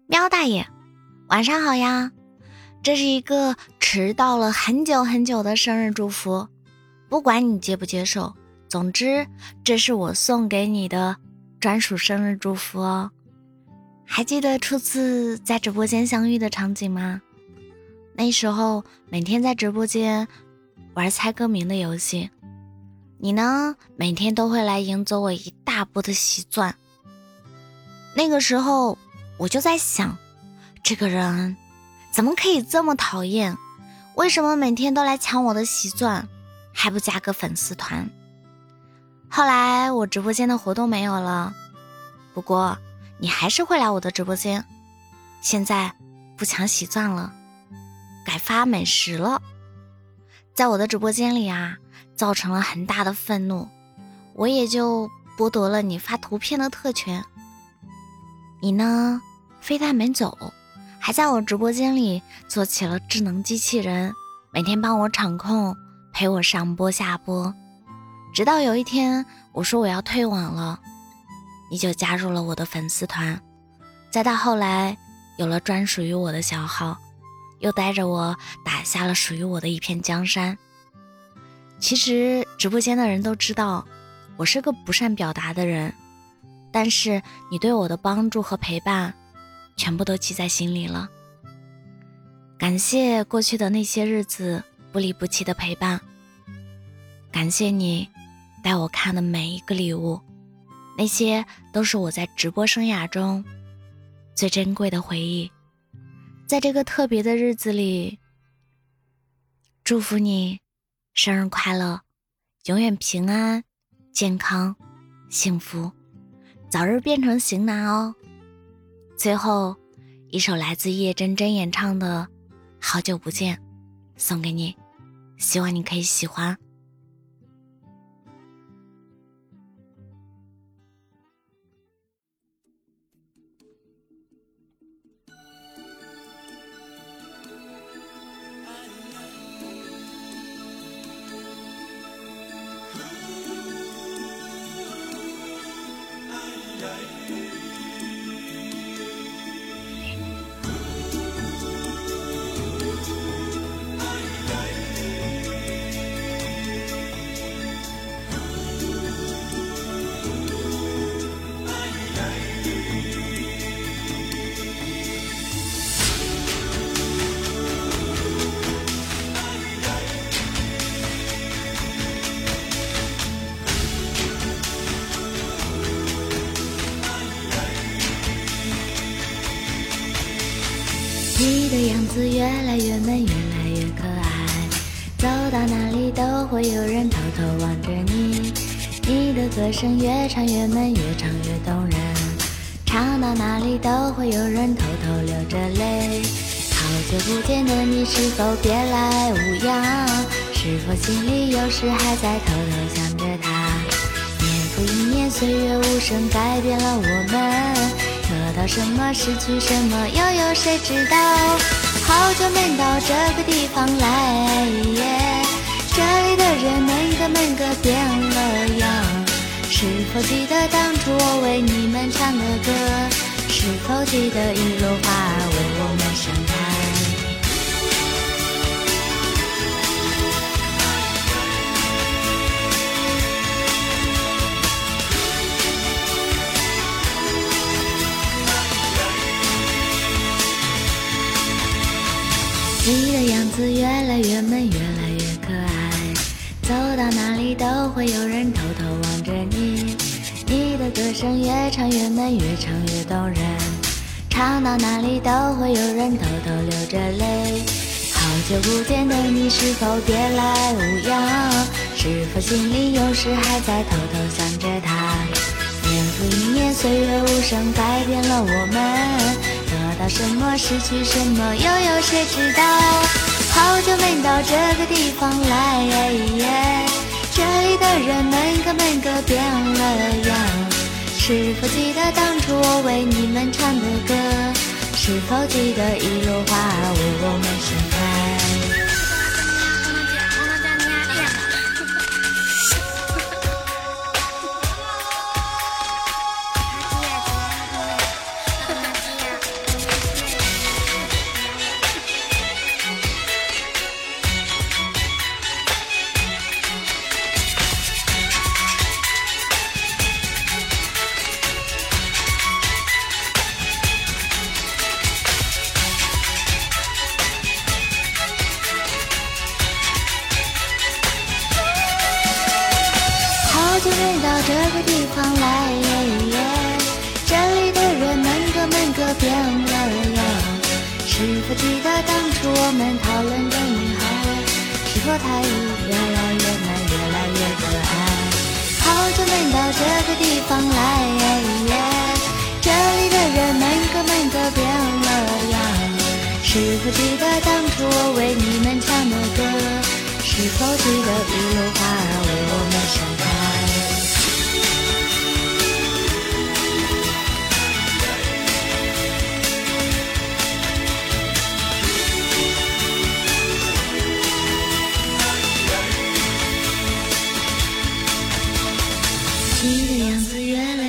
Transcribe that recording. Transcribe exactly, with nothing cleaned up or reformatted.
喵大爷，晚上好呀！这是一个迟到了很久很久的生日祝福，不管你接不接受，总之这是我送给你的专属生日祝福哦。还记得初次在直播间相遇的场景吗？那时候每天在直播间玩猜歌名的游戏，你呢每天都会来赢走我一大波的喜钻。那个时候我就在想，这个人怎么可以这么讨厌？为什么每天都来抢我的喜钻，还不加个粉丝团？后来我直播间的活动没有了，不过你还是会来我的直播间，现在不抢喜钻了，改发美食了。在我的直播间里啊，造成了很大的愤怒，我也就剥夺了你发图片的特权。你呢，非但没走，还在我直播间里做起了智能机器人，每天帮我场控，陪我上播下播。直到有一天我说我要退网了，你就加入了我的粉丝团。再到后来有了专属于我的小号，又带着我打下了属于我的一片江山。其实直播间的人都知道我是个不善表达的人，但是你对我的帮助和陪伴全部都记在心里了。感谢过去的那些日子不离不弃的陪伴，感谢你带我看的每一个礼物，那些都是我在直播生涯中最珍贵的回忆。在这个特别的日子里，祝福你生日快乐，永远平安健康幸福，早日变成型男哦。最后一首来自叶真真演唱的《好久不见》送给你，希望你可以喜欢。 你的样子越来越美，越来越可爱，走到哪里都会有人偷偷望着你。你的歌声越唱越美，越唱越动人，唱到哪里都会有人偷偷流着泪。好久不见的你，是否别来无恙？是否心里有时还在偷偷想着他？年复一年，岁月无声改变了我们，得到什么失去什么，又有谁知道？好久没到这个地方来，这里的人每个每个变了样。是否记得当初我为你们唱的歌？是否记得一朵花为我们盛开？你的样子越来越美，越来越可爱，走到哪里都会有人偷偷望着你。你的歌声越唱越美，越唱越动人，唱到哪里都会有人偷偷流着泪。好久不见的你，是否别来无恙？是否心里有时还在偷偷想着他？年复一年，岁月无声改变了我们，得到什么失去什么，又有谁知道？好久没到这个地方来，这里的人每个每个变了样。是否记得当初我为你们唱的歌？是否记得一朵花为我们盛开？ 台舞，越来越美，越来越可爱。好久没到这个地方来，这里的人每个每个变了样。是否记得当初我为你们唱的歌？是否记得一路花儿为我们盛开？你的样子越来